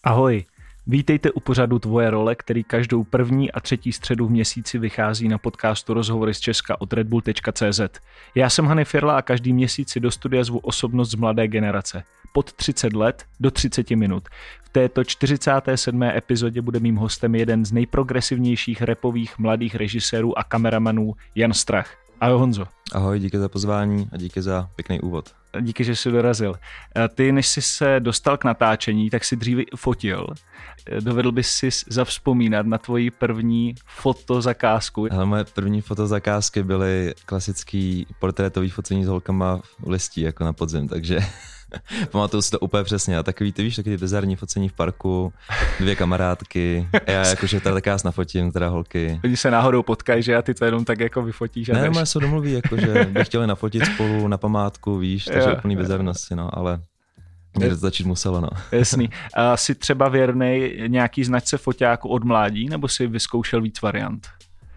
Ahoj, vítejte u pořadu Tvoje role, který každou první a třetí středu v měsíci vychází na podcastu Rozhovory z Česka od redbull.cz. Já jsem Hany Firla a každý měsíc si do studia zvu osobnost z mladé generace. Pod 30 let do 30 minut. V této 47. epizodě bude mým hostem jeden z nejprogresivnějších rapových mladých režisérů a kameramanů Jan Strach. Ahoj Honzo. Ahoj, díky za pozvání a díky za pěkný úvod. Díky, že jsi dorazil. Ty, než jsi se dostal k natáčení, tak si dříve fotil. Dovedl bys si zavzpomínat na tvoji první fotozakázku? Ale moje první fotozakázky byly klasický portrétový focení s holkama v listí, jako na podzim, takže pamatuju si to úplně přesně. A takový, ty víš, takový bizarní focení v parku, dvě kamarádky, já jakože tak já nafotím, teda holky. Oni se náhodou potkají, že a ty to jenom tak jako vyfotíš. Ne, moje se domluví, jakože by chtěli nafotit spolu na památku, víš, takže úplný bizarnosti, no, ale někde to začít muselo, no. Jasný. A jsi třeba věrnej nějaký značce foťáku od mládí, nebo jsi vyzkoušel víc variant?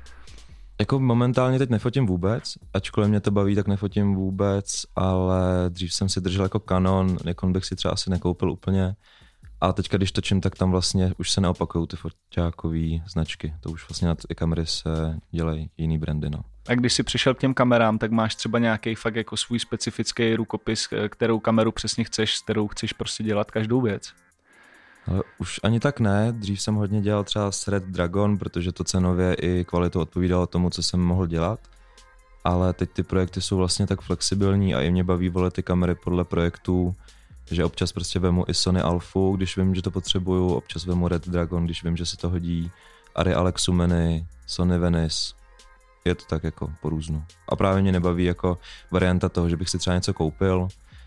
Jako momentálně teď nefotím vůbec, ačkoliv mě to baví, tak nefotím vůbec, ale dřív jsem si držel jako Canon, Nikon bych si třeba asi nekoupil úplně. A teďka, když točím, tak tam vlastně už se neopakují ty foťákové značky. To už vlastně na ty kamery se dělají jiný brandy, no. A když jsi přišel k těm kamerám, tak máš třeba nějaký fakt jako svůj specifický rukopis, kterou kameru přesně chceš, s kterou chceš prostě dělat každou věc? Ale už ani tak ne, dřív jsem hodně dělal třeba s Red Dragon, protože to cenově i kvalitou odpovídalo tomu, co jsem mohl dělat. Ale teď ty projekty jsou vlastně tak flexibilní a i mě baví volit ty kamery podle projektů, že občas prostě vemu i Sony Alphu, když vím, že to potřebuju, občas vemu Red Dragon, když vím, že se to hodí, Arri Alexumeny, Sony Venice, je to tak jako po různu. A právě mě nebaví jako varianta toho, že bych si třeba něco koupil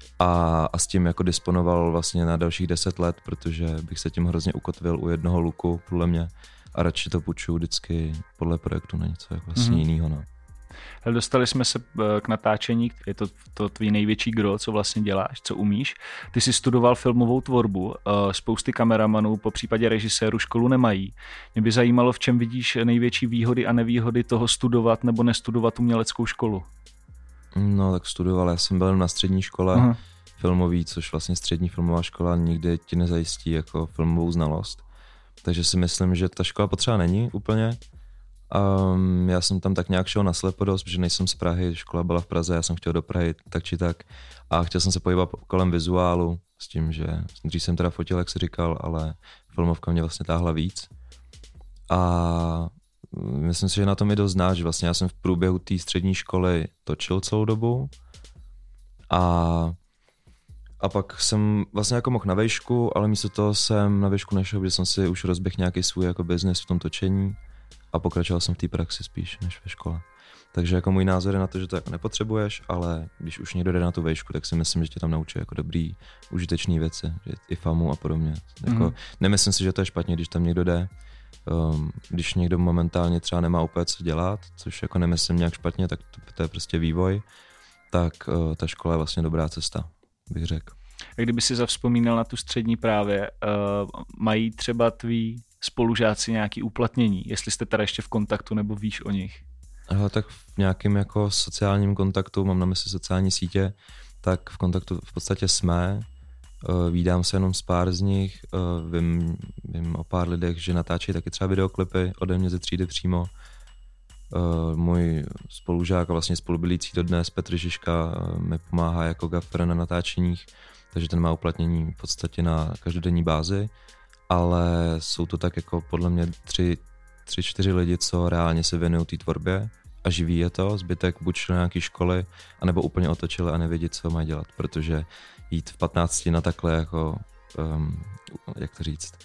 a s tím jako disponoval vlastně na dalších 10 let, protože bych se tím hrozně ukotvil u jednoho luku, podle mě, a radši to půjčuju vždycky podle projektu na něco jako vlastně jinýho, no. Dostali jsme se k natáčení, je to tvý největší gro, co vlastně děláš, co umíš. Ty jsi studoval filmovou tvorbu, spousty kameramanů, po případě režisérů školu nemají. Mě by zajímalo, v čem vidíš největší výhody a nevýhody toho studovat nebo nestudovat uměleckou školu. No tak studoval, já jsem byl na střední škole filmový, což vlastně střední filmová škola nikdy ti nezajistí jako filmovou znalost. Takže si myslím, že ta škola potřeba není úplně. Já jsem tam tak nějak šel naslepo dost, protože nejsem z Prahy, škola byla v Praze, já jsem chtěl do Prahy tak či tak a chtěl jsem se pohybovat kolem vizuálu s tím, že dřív jsem teda fotil, jak jsi říkal, ale filmovka mě vlastně táhla víc a myslím si, že na tom je dost znát, že vlastně já jsem v průběhu té střední školy točil celou dobu a pak jsem vlastně jako mohl na vejšku, ale místo toho jsem na vejšku nešel, protože jsem si už rozběhl nějaký svůj jako business v tom točení a pokračoval jsem v té praxi spíš než ve škole. Takže jako můj názor je na to, že to jako nepotřebuješ, ale když už někdo jde na tu vejšku, tak si myslím, že tě tam naučí jako dobrý, užitečný věci, že i famu a podobně. Jako, nemyslím si, že to je špatně, když tam někdo jde. Když někdo momentálně třeba nemá úplně co dělat, což jako nemyslím nějak špatně, tak to je prostě vývoj, tak ta škola je vlastně dobrá cesta, bych řekl. A kdyby si zavzpomínal na tu střední právě, mají třeba tví spolužáci nějaký uplatnění, jestli jste teda ještě v kontaktu nebo víš o nich? Ale tak v nějakém jako sociálním kontaktu, mám na mysli sociální sítě, tak v kontaktu v podstatě jsme. Vídám se jenom s pár z nich, vím o pár lidech, že natáčí taky třeba videoklipy ode mě ze třídy přímo. Můj spolužák a vlastně spolubydlící dodnes Petr Žižka mi pomáhá jako gaffer na natáčeních, takže ten má uplatnění v podstatě na každodenní bázi, ale jsou to tak jako podle mě 3-4 lidi, co reálně se věnují té tvorbě a živí je to, zbytek buď šli na nějaké školy, anebo úplně otočili a nevědí, co mají dělat, protože jít v 15 na takhle jako, jak to říct,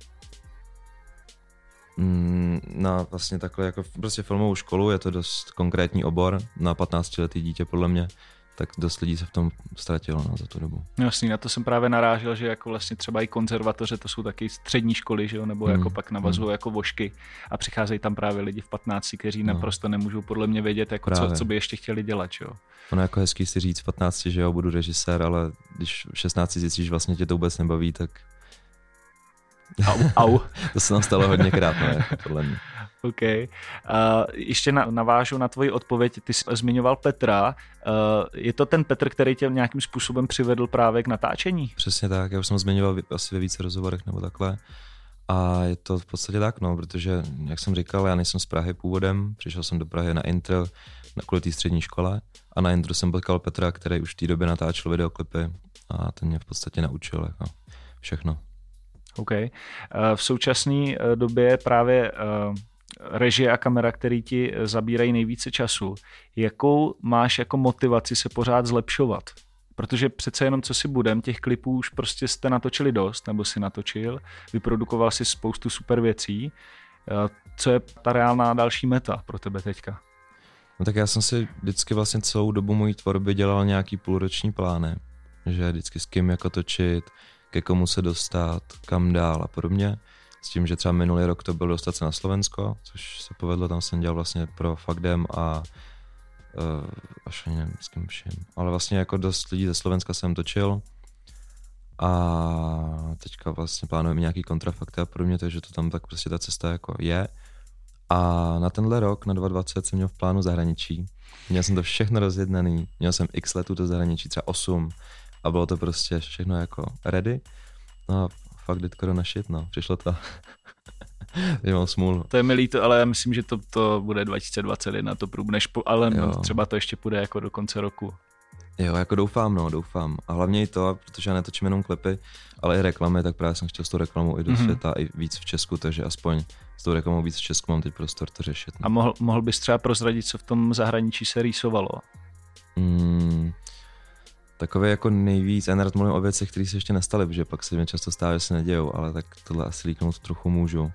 na vlastně takhle jako prostě filmovou školu, je to dost konkrétní obor na 15letý dítě podle mě, tak dost lidí se v tom ztratilo za tu dobu. Jasný, na to jsem právě narážel, že jako vlastně třeba i konzervatoře, to jsou taky střední školy, že jo, nebo jako pak navazují jako vošky a přicházejí tam právě lidi v 15, kteří naprosto nemůžou podle mě vědět, jako co by ještě chtěli dělat, jo. Ono jako hezký si říct v 15, že jo, budu režisér, ale když v 16 zjistíš, vlastně tě to vůbec nebaví, tak Au. To se nám stalo hodněkrát, no, jako podle mě. OK. Ještě navážu na tvoji odpověď. Ty jsi zmiňoval Petra. Je to ten Petr, který tě nějakým způsobem přivedl právě k natáčení? Přesně tak, já už jsem ho zmiňoval asi ve více rozhovorech nebo takhle. A je to v podstatě tak, no, protože, jak jsem říkal, já nejsem z Prahy původem, přišel jsem do Prahy na intro, kvůli té střední škole a na intro jsem potkal Petra, který už v té době natáčel videoklipy a ten mě v podstatě naučil jako všechno. OK. V současné době právě režie a kamera, který ti zabírají nejvíce času. Jakou máš jako motivaci se pořád zlepšovat? Protože přece jenom co si budem, těch klipů už prostě jste natočili dost, nebo si natočil, vyprodukoval si spoustu super věcí. Co je ta reálná další meta pro tebe teďka? No tak já jsem si vždycky vlastně celou dobu mojí tvorby dělal nějaký půlroční plány, že vždycky s kým jako točit, ke komu se dostat, kam dál a podobně. S tím, že třeba minulý rok to byl dostat se na Slovensko, což se povedlo, tam jsem dělal vlastně pro Fakdem a až nevím s kým vším. Ale vlastně jako dost lidí ze Slovenska jsem točil a teďka vlastně plánujeme nějaký kontrafakty a podobně, takže to tam tak prostě ta cesta jako je. A na tenhle rok, na 2020, jsem měl v plánu zahraničí. Měl jsem to všechno rozjednaný, měl jsem x letů do zahraničí, třeba 8 a bylo to prostě všechno jako ready. No a fakt jde korona shit, no, přišlo to. Já mám smůlu. To je mi líto, ale já myslím, že to bude 2021, to průbneš, ale jo. Třeba to ještě půjde jako do konce roku. Jo, jako doufám. A hlavně i to, protože já netočím jenom klipy, ale i reklamy, tak právě jsem chtěl s tou reklamou i do světa, i víc v Česku, takže aspoň s tou reklamou víc v Česku mám teď prostor to řešit. No. A mohl bys třeba prozradit, co v tom zahraničí se rýsovalo? Takové jako nejvíc, já nerad mluvím o věcech, které se ještě nestaly, protože pak se mi často stává, že se nedějou, ale tak tohle asi líknout trochu můžu.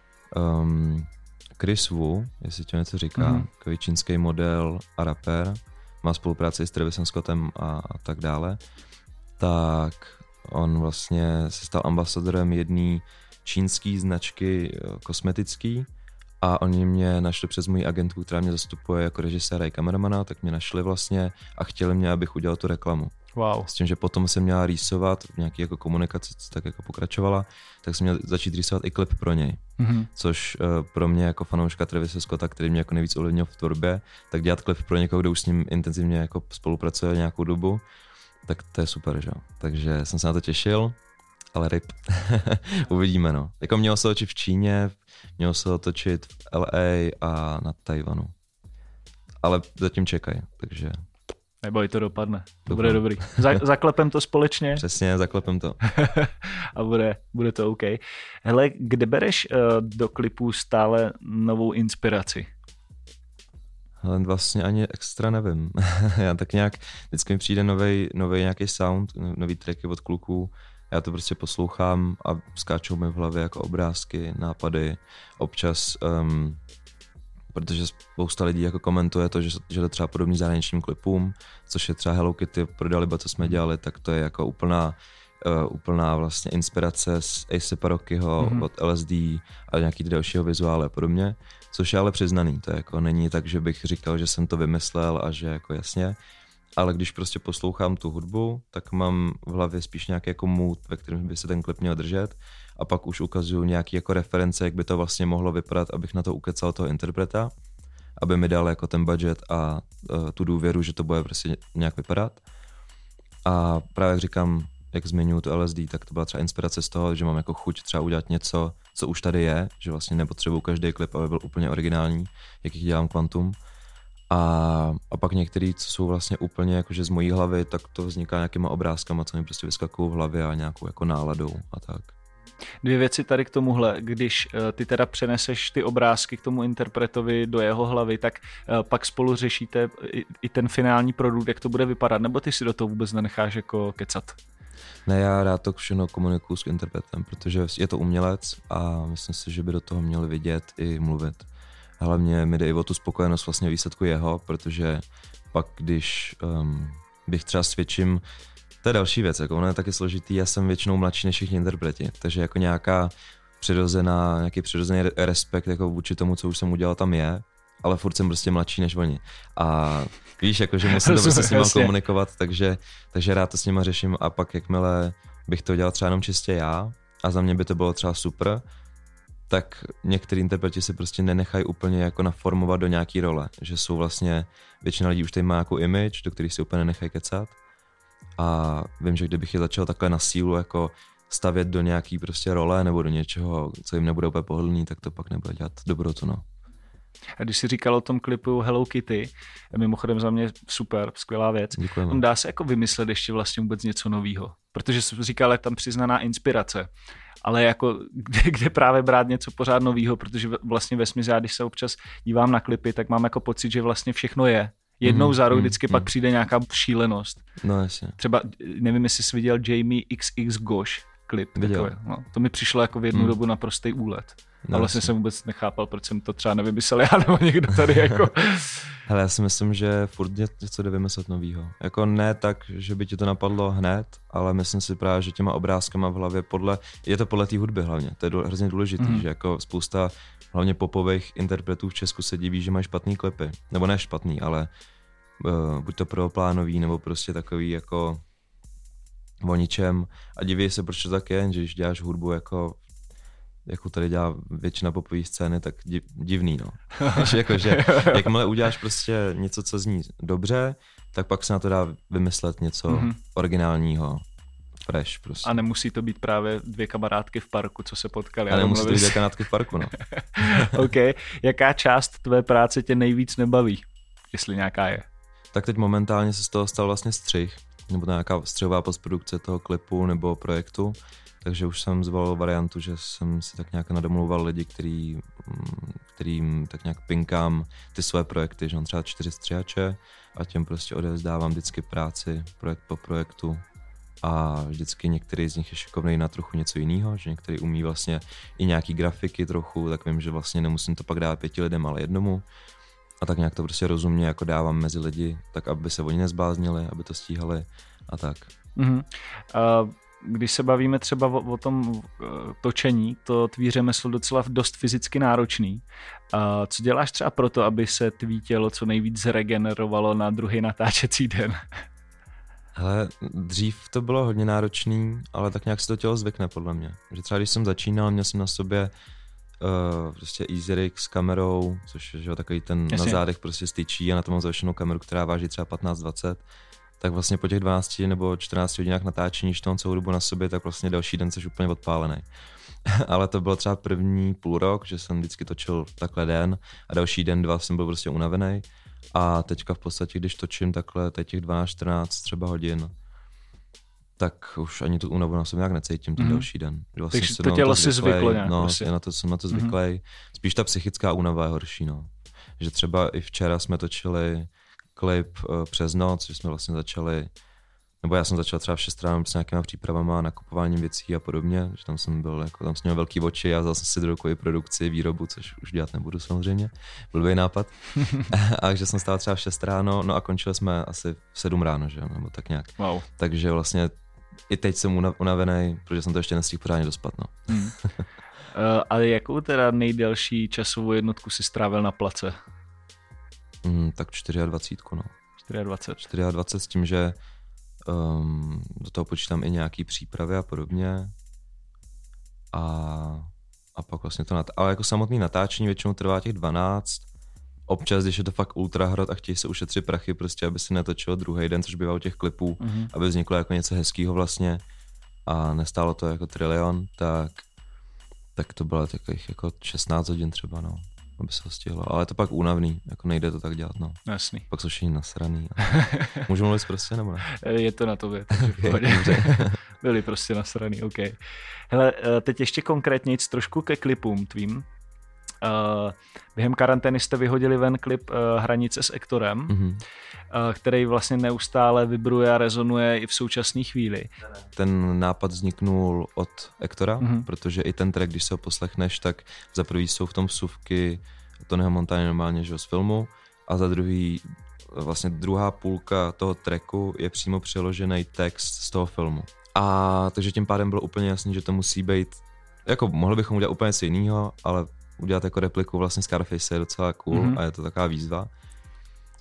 Chris Wu, jestli ti něco říká, takový čínský model a rapper, má spolupráci s Travisem Scottem a tak dále, tak on vlastně se stal ambasadorem jedné čínské značky kosmetický a oni mě našli přes moji agentku, která mě zastupuje jako režiséra i kameramana, tak mě našli vlastně a chtěli mě, abych udělal tu reklamu. Wow. S tím, že potom jsem měla rýsovat v nějaký jako komunikaci, co tak jako pokračovala, tak jsem měl začít rýsovat i klip pro něj. Což pro mě jako fanouška Travise Scotta, který mě jako nejvíc ovlivnil v tvorbě, tak dělat klip pro někoho, kdo už s ním intenzivně jako spolupracuje nějakou dobu, tak to je super, že? Takže jsem se na to těšil, ale rip. Uvidíme, no. Jako mělo se točit v Číně, mělo se to točit v LA a na Tajvanu. Ale zatím čekají, takže... Neboj, to dopadne. To bude dobrý. Zaklepem to společně. Přesně, zaklepem to. A bude to OK. Hele, kde bereš do klipů stále novou inspiraci? Ale vlastně ani extra nevím. Já tak nějak, vždycky mi přijde novej nějaký sound, nový tracky od kluků. Já to prostě poslouchám a skáčou mi v hlavě jako obrázky, nápady. Občas, protože spousta lidí jako komentuje to, že to třeba podobný zahraničním klipům, což je třeba Hello Kitty pro Daliba, co jsme dělali, tak to je jako úplná vlastně inspirace z A$AP Rockyho, od LSD a nějaký dalšího vizuály a podobně, což je ale přiznaný, to je jako není tak, že bych říkal, že jsem to vymyslel a že jako jasně, ale když prostě poslouchám tu hudbu, tak mám v hlavě spíš nějaký jako mood, ve kterém by se ten klip měl držet a pak už ukazuju nějaký jako reference, jak by to vlastně mohlo vypadat, abych na to ukecal toho interpreta, aby mi dal jako ten budget a tu důvěru, že to bude prostě nějak vypadat. A právě jak říkám, jak zmiňuji to LSD, tak to byla třeba inspirace z toho, že mám jako chuť třeba udělat něco, co už tady je, že vlastně nepotřebuji každý klip, aby byl úplně originální, jak jich dělám Quantum. A pak některý, co jsou vlastně úplně jakože z mojí hlavy, tak to vzniká nějakýma obrázkama, co mi prostě vyskakují v hlavě a nějakou jako náladou a tak. 2 věci tady k tomuhle. Když ty teda přeneseš ty obrázky k tomu interpretovi do jeho hlavy, tak pak spolu řešíte i ten finální produkt, jak to bude vypadat, nebo ty si do toho vůbec nenecháš jako kecat? Ne, já rád to všechno komunikuju s interpretem, protože je to umělec a myslím si, že by do toho měli vidět i mluvit. Hlavně mi jde i o tu spokojenost vlastně výsledku jeho, protože pak, když bych třeba svědčím, to je další věc, jako ono je taky složitý, já jsem většinou mladší než všichni interpreti, takže jako nějaký přirozený respekt jako vůči tomu, co už jsem udělal, tam je, ale furt jsem prostě mladší než oni. A víš, jako, že musím to prostě s nima komunikovat, takže rád to s nima řeším a pak jakmile bych to dělal třeba jenom čistě já a za mě by to bylo třeba super, tak některý interpreti si prostě nenechají úplně jako naformovat do nějaký role, že jsou vlastně, většina lidí už tady má nějakou image, do kterých si úplně nenechají kecat a vím, že kdybych je začal takhle na sílu jako stavět do nějaký prostě role nebo do něčeho, co jim nebude úplně pohodlný, tak to pak nebude dělat dobrotu, no. A když jsi říkal o tom klipu Hello Kitty, mimochodem za mě super, skvělá věc. Děkujeme. On dá se jako vymyslet ještě vlastně vůbec něco novýho, protože jsi říkal, je tam přiznaná inspirace, ale jako kde právě brát něco pořád novýho, protože vlastně vesměs já, když se občas dívám na klipy, tak mám jako pocit, že vlastně všechno je. Jednou za rok vždycky pak přijde nějaká šílenost. No jasně. Třeba, nevím, jestli jsi viděl Jamie XX Gosh klip. Takový, no, to mi přišlo jako v jednu dobu naprostý úlet. A vlastně jsem vůbec nechápal, proč jsem to třeba nevymyslel já nebo někdo tady jako... Hele, já si myslím, že furt něco jde vymyslet novýho. Jako ne tak, že by ti to napadlo hned, ale myslím si právě, že těma obrázkama v hlavě je to podle té hudby hlavně. To je hrozně důležitý, že jako spousta hlavně popových interpretů v Česku se diví, že mají špatný klipy. Nebo ne špatný, ale buď to prvoplánový, nebo prostě takový jako o ničem. A diví se, proč to tak je, že když děláš hudbu jako tady dělá většina popové scény, tak divný, no. že jakmile uděláš prostě něco, co zní dobře, tak pak se na to dá vymyslet něco originálního, fresh prostě. A nemusí to být právě dvě kamarádky v parku, co se potkali. A nemusí to být dvě kamarádky v parku, no. OK. Jaká část tvé práce tě nejvíc nebaví, jestli nějaká je? Tak teď momentálně se z toho stal vlastně střih, nebo nějaká střihová postprodukce toho klipu nebo projektu. Takže už jsem zvolil variantu, že jsem si tak nějak nadomlouval lidi, kterým tak nějak pinkám ty své projekty, že mám třeba 4 střihače a těm prostě odevzdávám vždycky práci, projekt po projektu a vždycky některý z nich je šikovnej na trochu něco jiného, že některý umí vlastně i nějaký grafiky trochu, tak vím, že vlastně nemusím to pak dát 5 lidem, ale jednomu a tak nějak to prostě rozumně jako dávám mezi lidi, tak aby se oni nezbláznili, aby to stíhali a tak. Když se bavíme třeba o tom točení, to tvý řemeslo docela dost fyzicky náročný. Co děláš třeba proto, aby se tvý tělo co nejvíc zregenerovalo na druhý natáčecí den? Hele, dřív to bylo hodně náročný, ale tak nějak se to tělo zvykne podle mě. Že třeba když jsem začínal, měl jsem na sobě prostě Easy Rig s kamerou, což je že, takový ten na zádech prostě styčí a na tom mám zavěšenou kameru, která váží třeba 15-20. Tak vlastně po těch 12 nebo 14 hodinách natáčení, když to celou dobu na sobě, tak vlastně další den jsi úplně odpálený. Ale to bylo třeba první půl rok, že jsem vždycky točil takhle den a další den, 2 jsem byl prostě unavený. A teďka v podstatě, když točím takhle těch 12-14 třeba hodin, tak už ani tu únavu na sobě nějak necítím ten další den. Vlastně takže to tělo si zvyklo nějak. No, jsem na to zvyklý. Spíš ta psychická únava je horší, no. Že třeba i včera jsme točili klip přes noc, že jsme vlastně začali, nebo já jsem začal třeba v 6 ráno s nějakýma přípravama, nakupováním věcí a podobně, že tam jsem byl, jako tam jsem měl velký oči a vzal jsem si do rukou i produkci, výrobu, což už dělat nebudu samozřejmě, blbý nápad. A že jsem stál třeba v 6 ráno, no a končili jsme asi v 7 ráno, že nebo tak nějak. Wow. Takže vlastně i teď jsem unavený, protože jsem to ještě nestihl pořádně dospat, no. Ale jakou teda nejdelší časovou jednotku si strávil na place? Tak 24, no. 24 s tím, že do toho počítám i nějaký přípravy a podobně. A pak vlastně to ale jako samotný natáčení většinou trvá těch 12. Občas, když je to fakt ultra hrot a chtějí se ušetřit prachy, prostě aby se netočilo druhý den, což bývá u těch klipů, aby vzniklo jako něco hezkýho vlastně a nestálo to jako trilion, tak to bylo takových jako 16 hodin třeba, no. Aby se ho stihlo, ale je to pak únavný, jako nejde to tak dělat, no. Jasný. Pak jsou všichni nasraný. Můžu mluvit prostě, nebo ne? Je to na tobě, takže v pohodě. Byli prostě nasraný, OK. Hele, teď ještě konkrétně trošku ke klipům tvým. Během karantény jste vyhodili ven klip Hranice s Ektorem, který vlastně neustále vibruje a rezonuje i v současné chvíli. Ten nápad vzniknul od Ektora, protože i ten track, když se ho poslechneš, tak za prvý jsou v tom vsuvky Tonyho Montany normálně, že z filmu, a za druhý vlastně druhá půlka toho tracku je přímo přeložený text z toho filmu. A takže tím pádem bylo úplně jasný, že to musí být, jako mohli bychom udělat úplně něco jiného, ale udělat jako repliku vlastně Scarface je docela cool a je to taková výzva.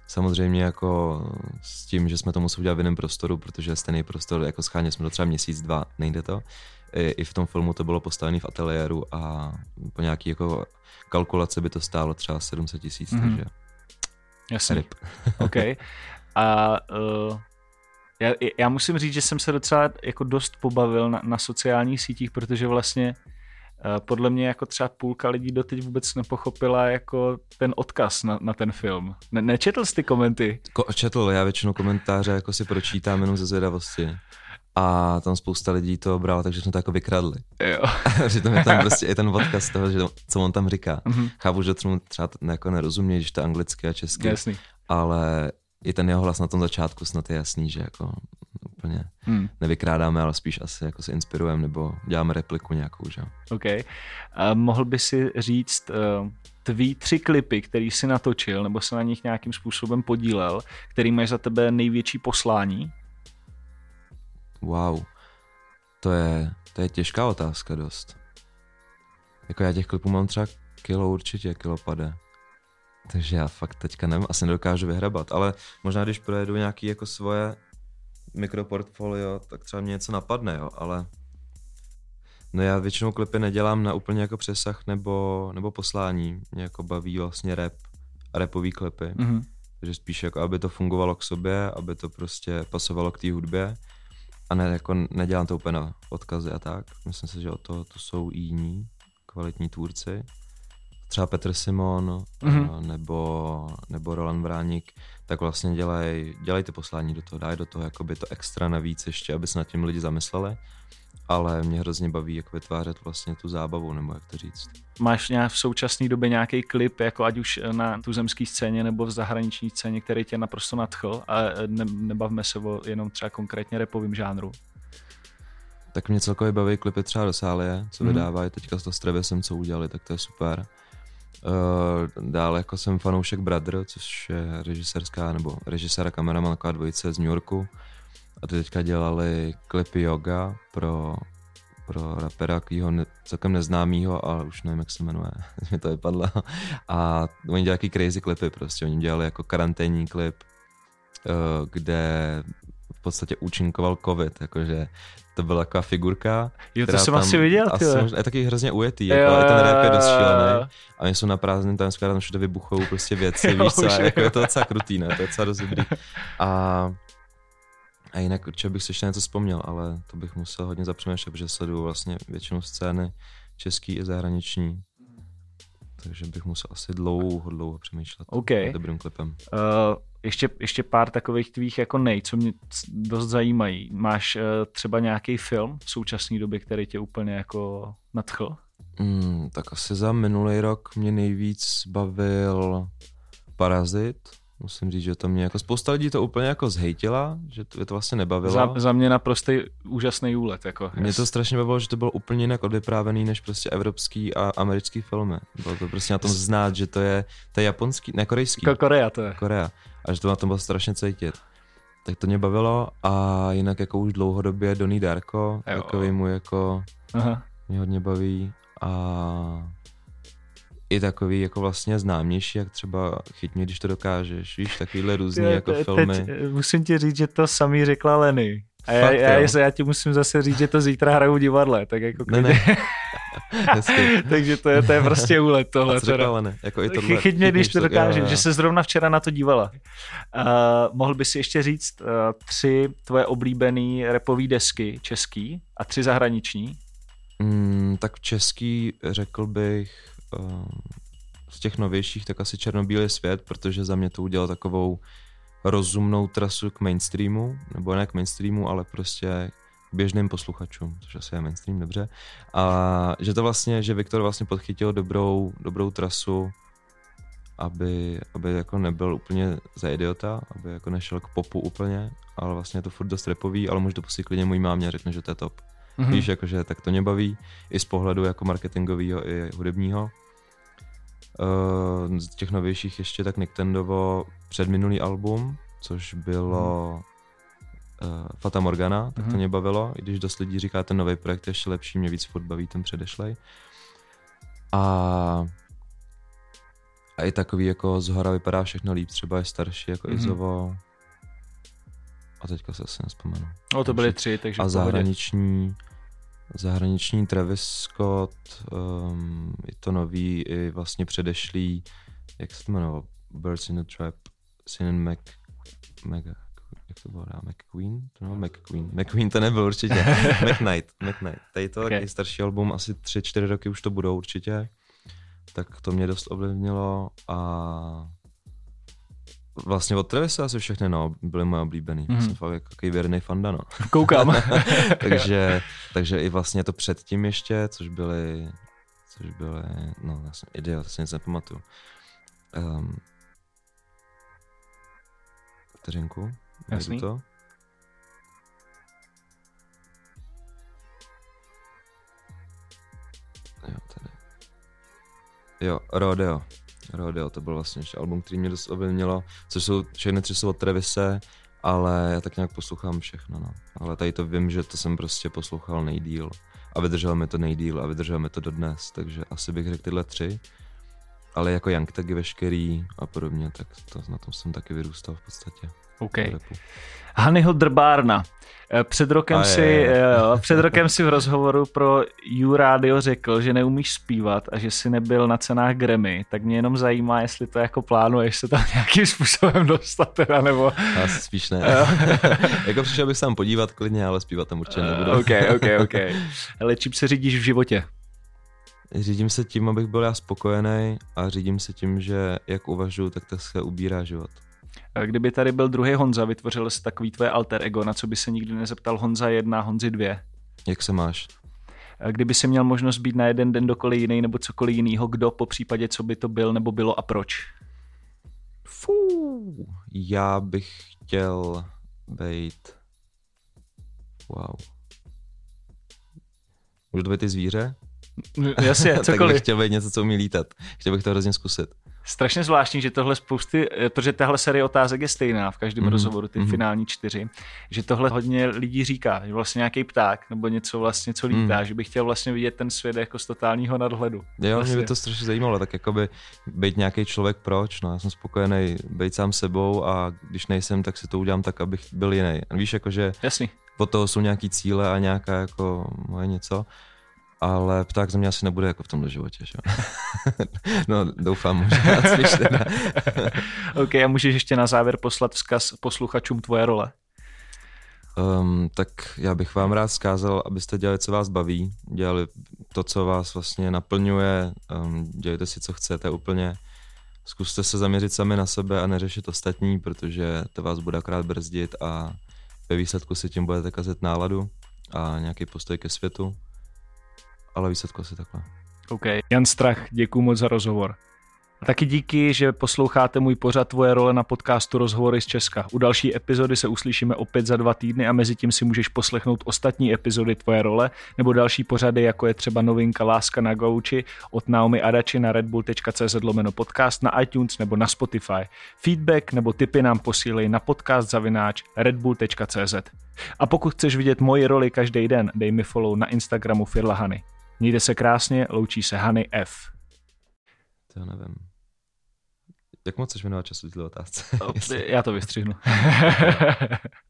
Samozřejmě jako s tím, že jsme to museli udělat v jiném prostoru, protože stejný prostor, jako scháněli jsme to třeba měsíc, 2, nejde to. I v tom filmu to bylo postavené v ateliéru a po nějaký jako kalkulace by to stálo třeba 700 000, takže... Jasně. OK. A já musím říct, že jsem se docela jako dost pobavil na sociálních sítích, protože vlastně podle mě jako třeba půlka lidí doteď vůbec nepochopila jako ten odkaz na ten film. Nečetl jsi ty komenty? Četl, já většinou komentáře jako si pročítám jenom ze zvědavosti. A tam spousta lidí to brala, takže jsme to jako vykradli. Jo. Přitom je tam prostě i ten odkaz toho, že co on tam říká. Chápu, že tomu třeba jako nerozumí, když to je anglicky a česky. Jasný. Ale i ten jeho hlas na tom začátku snad je jasný, že jako úplně nevykrádáme, ale spíš asi jako se inspirujeme nebo děláme repliku nějakou, že jo. OK. Mohl by si říct tvý 3 klipy, který jsi natočil, nebo se na nich nějakým způsobem podílel, který máš za tebe největší poslání? Wow. To je těžká otázka dost. Jako já těch klipů mám třeba kilo pade. Takže já fakt teďka nevím, asi nedokážu vyhrabat, ale možná když projedu nějaký jako svoje mikroportfolio, tak třeba mě něco napadne, jo, ale no já většinou klipy nedělám na úplně jako přesah nebo poslání. Mě jako baví vlastně rap a rapový klipy. Takže spíš jako, aby to fungovalo k sobě, aby to prostě pasovalo k té hudbě a ne, jako nedělám to úplně na odkazy a tak. Myslím si, že o to jsou i jiní kvalitní tvůrci. Třeba Petr Simon nebo Roland Vráník, tak vlastně dělají ty poslání do toho, dají do toho jakoby to extra navíc ještě, aby se nad tím lidi zamysleli, ale mě hrozně baví jako vytvářet vlastně tu zábavu, nebo jak to říct. Máš v současné době nějaký klip, jako ať už na tuzemské scéně nebo v zahraniční scéně, který tě naprosto nadchl, a nebavme se o jenom třeba konkrétně rapovým žánru? Tak mě celkově baví klipy třeba Rosálie, co vydávají teďka s Travisem, co udělali, tak to je super. Dále jako jsem fanoušek Brother, což je režiséra kameramanka dvojice z New Yorku. A ty teďka dělali klipy Yoga pro rapera celkem neznámýho, ale už nevím, jak se jmenuje, mi to vypadlo. A oni dělali jaký crazy klipy prostě, oni dělali jako karanténní klip, kde v podstatě účinkoval covid, jakože to byla taková figurka. Jo, to jsem asi viděl, je taky hrozně ujetý, jako ten rap je dost šílený. A oni jsou na prázdném tam skvěle, tam všude vybuchou prostě věci, víš co, jako je to docela krutý, ne, to je docela dost dobrý. A jinak určitě bych si ještě něco vzpomněl, ale to bych musel hodně zapřemýšlet, protože sleduju vlastně většinou scény český i zahraniční. Takže bych musel asi dlouho přemýšlet nad dobrým klipem. Ještě pár takových tvých jako co mě dost zajímají. Máš třeba nějaký film v současné době, který tě úplně jako nadchl? Tak asi za minulý rok mě nejvíc bavil Parazit. Musím říct, že to mě jako spousta lidí to úplně jako zhejtila, že to vlastně nebavilo. Za mě naprostý úžasný úlet. Jako. Mě to strašně bavilo, že to bylo úplně jinak odvyprávěný než prostě evropský a americký filmy. Bylo to prostě na tom znát, že to je japonský, ne korejský. Korea to je. Korea. A že to na tom bylo strašně cítit. Tak to mě bavilo a jinak jako už dlouhodobě Donnie Darko, takový můj jako mě hodně baví a i takový jako vlastně známější, jak třeba Chyť mě, když to dokážeš, víš, takovýhle různý jako filmy. Teď musím ti říct, že to samý řekla Lenny. A já ti musím zase říct, že to zítra hraju v divadle, tak jako ne. Takže to je prostě úlet tohle. A co řekla Lenny? Jako i tohle. Chyť mě, když to dokážeš, že se zrovna včera na to dívala. Mohl by si ještě říct 3 tvoje oblíbený rapový desky český a 3 zahraniční? Tak český řekl bych z těch novějších, tak asi Černobílý svět, protože za mě to udělal takovou rozumnou trasu k mainstreamu, nebo ne k mainstreamu, ale prostě k běžným posluchačům, což asi je mainstream, dobře. A že to vlastně, že Viktor vlastně podchytil dobrou trasu, aby jako nebyl úplně za idiota, aby jako nešel k popu úplně, ale vlastně je to furt dost rapový, ale může to pustit klidně můj mámě a řekne, že to je top. Víš, jakože tak to mě baví, i z pohledu jako marketingového i hudebního. Z těch novějších ještě tak Niktendovo předminulý album, což bylo Fata Morgana, tak to mě bavilo, i když dost lidí říká, ten nový projekt je ještě lepší, mě víc furt baví ten předešlej. A i takový jako zhora vypadá všechno líp, třeba je starší jako Izovo. A teďka se asi nespomenu. No to byly 3, takže a zahraniční Travis Scott, je to nový i vlastně předešlý, jak se to jmenovalo? Birds in the Trap, Sin and jak to bylo? McQueen? No, McQueen to nebyl určitě. McKnight. Tady to taky starší album, asi 3-4 roky už to budou určitě. Tak to mě dost ovlivnilo a vlastně od Travise asi všechny byly moje oblíbený. Jsem fakt jako takový věrný fanda, no. Koukám. takže i vlastně to předtím ještě, což byly no vlastně Idiot, si nic nepamatuju. Vteřinku, najdu to. Jo, tady. Jo, Rodeo, to byl vlastně ještě album, který mě dost ovlivnilo, což jsou všechny 3 jsou od Travise, ale já tak nějak poslouchám všechno, no. Ale tady to vím, že to jsem prostě poslouchal nejdýl a vydrželo mi to nejdýl a vydrželo mi to dodnes, takže asi bych řekl tyhle 3. Ale jako Young Tagy veškerý a podobně, tak na tom jsem taky vyrůstal v podstatě. OK. Hanyho Drbárna. Před rokem si v rozhovoru pro YouRadio řekl, že neumíš zpívat a že si nebyl na cenách Grammy, tak mě jenom zajímá, jestli to jako plánuješ se tam nějakým způsobem dostat teda, nebo... Asi spíš ne. Jako přišel bych se tam podívat klidně, ale zpívat tam určitě nebudu. OK. Ale čím se řídíš v životě? Řídím se tím, abych byl já spokojený a řídím se tím, že jak uvažuji, tak se ubírá život. Kdyby tady byl druhý Honza, vytvořil se takový tvoje alter ego, na co by se nikdy nezeptal Honza 1, Honzi 2? Jak se máš? Kdyby si měl možnost být na jeden den dokoliv jiný nebo cokoliv jinýho, kdo po případě, co by to byl nebo bylo a proč? Já bych chtěl být... Wow. Můžu to být i zvíře? Jasně, cokoliv. Tak bych chtěl být něco, co umí lítat. Chtěl bych to hrozně zkusit. Strašně zvláštní, že tohle protože tahle série otázek je stejná v každém rozhovoru, ty finální 4, že tohle hodně lidí říká, že vlastně nějaký pták nebo něco vlastně, co lítá, že bych chtěl vlastně vidět ten svět jako z totálního nadhledu. Jo, vlastně. Mě by to strašně zajímalo, tak jakoby být nějaký člověk proč, no já jsem spokojený být sám sebou a když nejsem, tak si to udělám tak, abych byl jiný. Víš, jakože Jasný. Od toho jsou nějaký cíle a nějaká jako moje něco. Ale pták za mě asi nebude jako v tomhle životě, že? No, doufám, možná spíš teda. OK, a můžeš ještě na závěr poslat vzkaz posluchačům tvoje role? Tak já bych vám rád vzkázal, abyste dělali, co vás baví, dělali to, co vás vlastně naplňuje, dělejte si, co chcete úplně. Zkuste se zaměřit sami na sebe a neřešit ostatní, protože to vás bude akorát brzdit a ve výsledku si tím budete kazit náladu a nějaký postoj ke světu. Ale výsledku asi takhle. OK. Jan Strach, děkuju moc za rozhovor. A taky díky, že posloucháte můj pořad Tvoje role na podcastu Rozhovory z Česka. U další epizody se uslyšíme opět za 2 týdny a mezi tím si můžeš poslechnout ostatní epizody Tvoje role nebo další pořady, jako je třeba novinka Láska na gauči od Naomi Adachi na redbull.cz/podcast na iTunes nebo na Spotify. Feedback nebo tipy nám posílej na podcast@redbull.cz. A pokud chceš vidět moji roli každý den, dej mi follow na Instagramu Firla Hany. Mějte se krásně, loučí se Hany F. To já nevím. Jak moc chceš věnovat času tyhle otázce? Já to vystřihnu.